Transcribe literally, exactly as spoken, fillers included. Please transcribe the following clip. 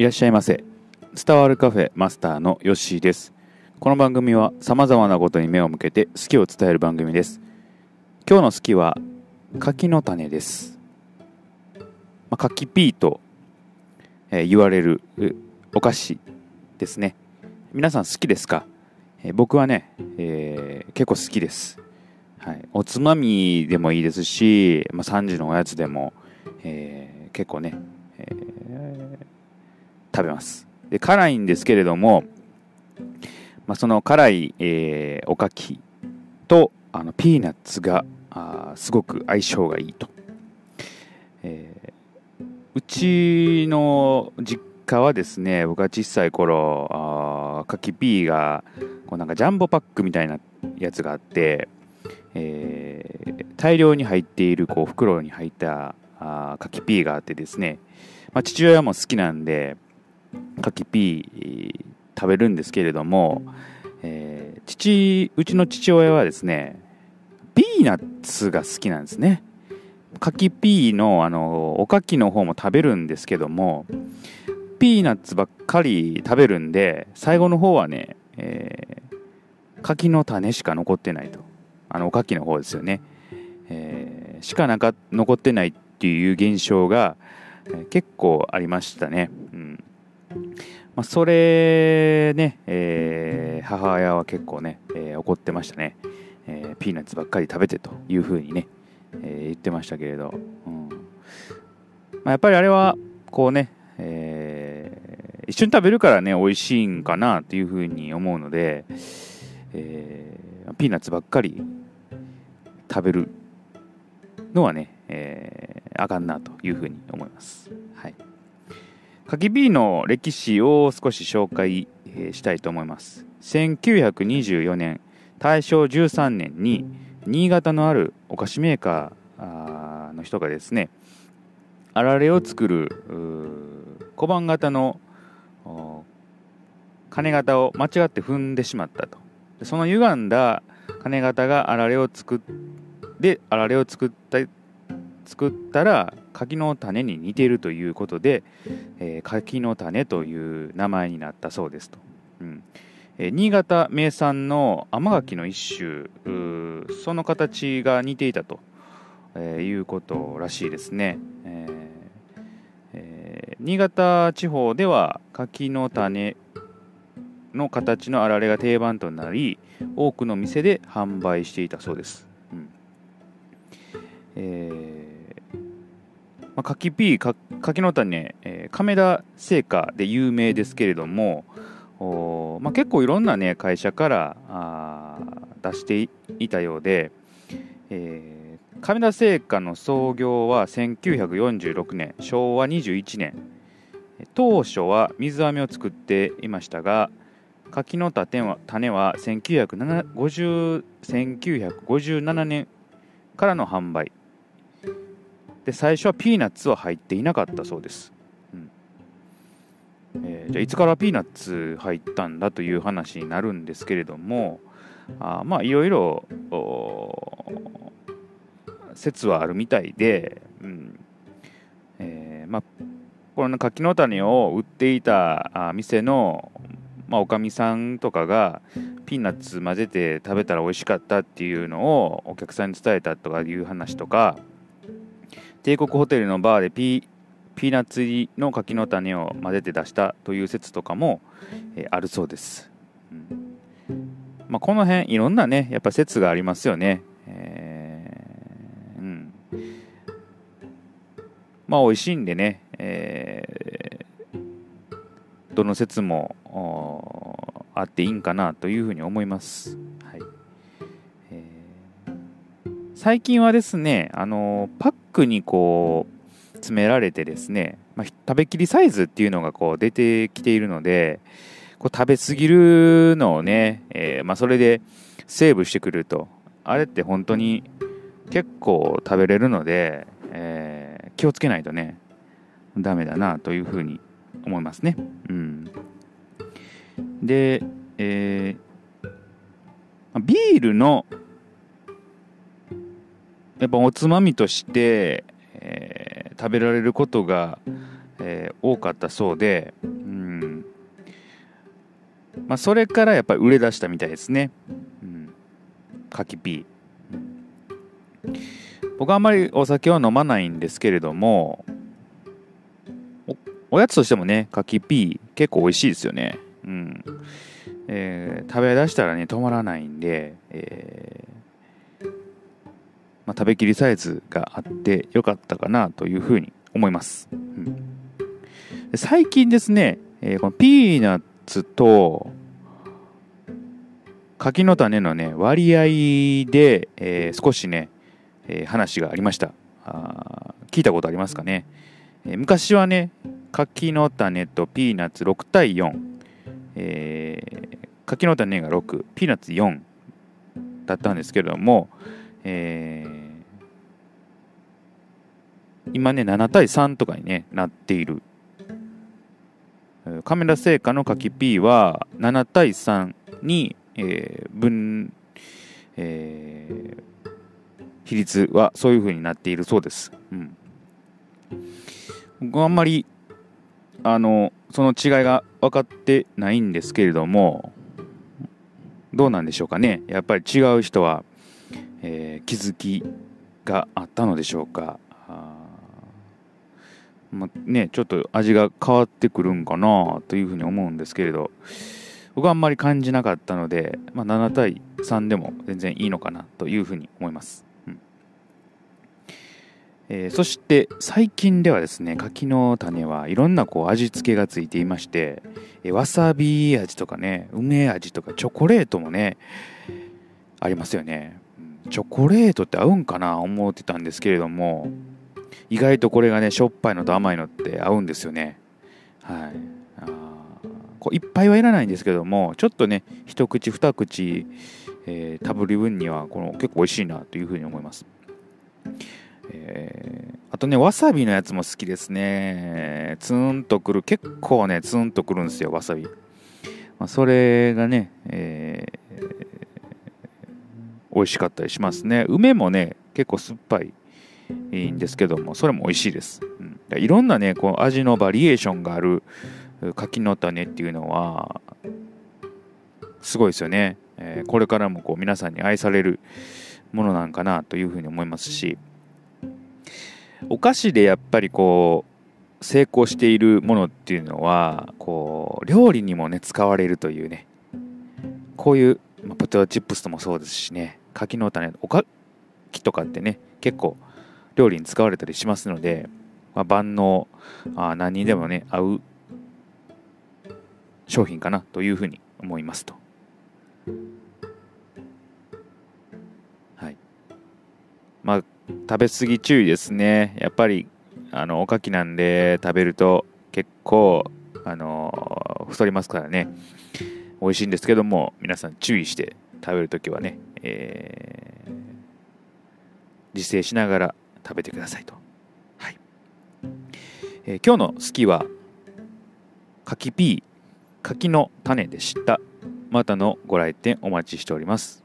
いらっしゃいませ。伝わるカフェマスターのヨッシーです。この番組は様々なことに目を向けて好きを伝える番組です。今日の好きは柿の種です。まあ、柿ピーと、えー言われるお菓子ですね。皆さん好きですか？えー僕はね、えー結構好きです。はい、おつまみでもいいですし、まあ、さんじのおやつでも、えー結構ね、えー食べます。で辛いんですけれども、まあ、その辛い、えーおかきとあのピーナッツがあーすごく相性がいいと、えーうちの実家はですね、僕が小さい頃あー柿ピーがこうなんかジャンボパックみたいなやつがあって、えー大量に入っているこう袋に入ったあー柿ピーがあってですね、まあ、父親も好きなんで柿ピー食べるんですけれども、えー父うちの父親はですねピーナッツが好きなんですね。柿ピーのあのおかきの方も食べるんですけども、ピーナッツばっかり食べるんで最後の方はね、えー柿の種しか残ってないと、あのおかきの方ですよね、えーしかなんか残ってないっていう現象が、えー結構ありましたね。うんまあ、それね、えー母親は結構ね、えー怒ってましたね、えーピーナッツばっかり食べてというふうにね、えー言ってましたけれど、うんまあ、やっぱりあれはこうね、えー一緒に食べるからね美味しいんかなというふうに思うので、えーピーナッツばっかり食べるのはね、えーあかんなというふうに思います。はい。柿ピーの歴史を少し紹介、えーしたいと思います。せんきゅうひゃくにじゅうよねん、大正じゅうさんねんに新潟のあるお菓子メーカーあーの人がですね、あられを作るうー小判型のお金型を間違って踏んでしまったと。でその歪んだ金型があられを作っであられを作った作ったら柿の種に似ているということで、えー柿の種という名前になったそうですと。うんえー新潟名産の甘柿の一種、うーその形が似ていたと、えーいうことらしいですね。えーえー新潟地方では柿の種の形のあられが定番となり、多くの店で販売していたそうです。うんえーまあ、柿ピーか柿の種、えー亀田製菓で有名ですけれども、おまあ、結構いろんな、ね、会社からあー出していたようで、えー亀田製菓の創業はせんきゅうひゃくよんじゅうろくねん、しょうわにじゅういちねん。当初は水飴を作っていましたが、柿の種は種はせんきゅうひゃくごじゅうななねんからの販売で、最初はピーナッツは入っていなかったそうです。うんえーじゃあいつからピーナッツ入ったんだという話になるんですけれども、あまあいろいろお説はあるみたいで、うんえーまあ、この柿の種を売っていたあ店の、まあ、おかみさんとかがピーナッツ混ぜて食べたら美味しかったっていうのをお客さんに伝えたとかいう話とか、帝国ホテルのバーでピーピーナッツ入りの柿の種を混ぜて出したという説とかも、えーあるそうです。うんまあ、この辺いろんなねやっぱ説がありますよね。えーうんまあ美味しいんでね、えーどの説もおあっていいんかなというふうに思います。はいえー最近はですね、あのパックにこう詰められてですね、まあ、食べきりサイズっていうのがこう出てきているので、こう食べ過ぎるのをね、えーまあ、それでセーブしてくると、あれって本当に結構食べれるので、えー気をつけないとねダメだなというふうに思いますね。うん、で、えービールのやっぱおつまみとして、えー食べられることが、えー多かったそうで、 まあ、それからやっぱり売れ出したみたいですね、うん、柿ピー。僕はあんまりお酒は飲まないんですけれども、 お, おやつとしてもね柿ピー結構美味しいですよね、うんえー、食べ出したらね止まらないんで、えーまあ、食べきりサイズがあってよかったかなというふうに思います、うん、で最近ですね、えー、このピーナッツと柿の種のね割合で、えー、少しね、えー、話がありました。あ聞いたことありますかね、えー、昔はね柿の種とピーナッツろくたいよん、えー、柿の種がろくピーナッツよんだったんですけれども、えー、今ねななたいさんとかに、ね、なっている。亀田製菓の柿ピーはななたいさんに、えー、分、えー、比率はそういう風になっているそうです、うん、僕はあんまりあのその違いが分かってないんですけれども、どうなんでしょうかね。やっぱり違う人は、えー、気づきがあったのでしょうか。あ、まあ、ね、ちょっと味が変わってくるんかなというふうに思うんですけれど、僕はあんまり感じなかったので、まあ、ななたいさんでも全然いいのかなというふうに思います、うんえー、そして最近ではですね柿の種はいろんなこう味付けがついていまして、えー、わさび味とかね梅味とかチョコレートもねありますよね。チョコレートって合うんかな思ってたんですけれども、意外とこれがねしょっぱいのと甘いのって合うんですよね。はい、あこういっぱいはいらないんですけども、ちょっとね一口二口、えー、食べる分にはこの結構美味しいなというふうに思います。えー、あとねわさびのやつも好きですね。ツーンとくる、結構ねツーンとくるんですよわさび、まあ、それがね、えー、美味しかったりしますね。梅もね結構酸っぱいいいんですけども、それも美味しいです、うん、いろんなねこう味のバリエーションがある柿の種っていうのはすごいですよね、えー、これからもこう皆さんに愛されるものなんかなというふうに思いますし、お菓子でやっぱりこう成功しているものっていうのはこう料理にもね使われるというね、こういう、まあ、ポテトチップスともそうですしね、柿の種おかきとかってね結構料理に使われたりしますので、まあ、万能、あ何にでもね合う商品かなというふうに思いますと。はい。まあ食べ過ぎ注意ですね。やっぱりあのおかきなんで食べると結構あの太りますからね。美味しいんですけども皆さん注意して食べるときはね、えー、自制しながら食べてくださいと。はい。えー、今日の好きは柿ピー柿の種でした。またのご来店お待ちしております。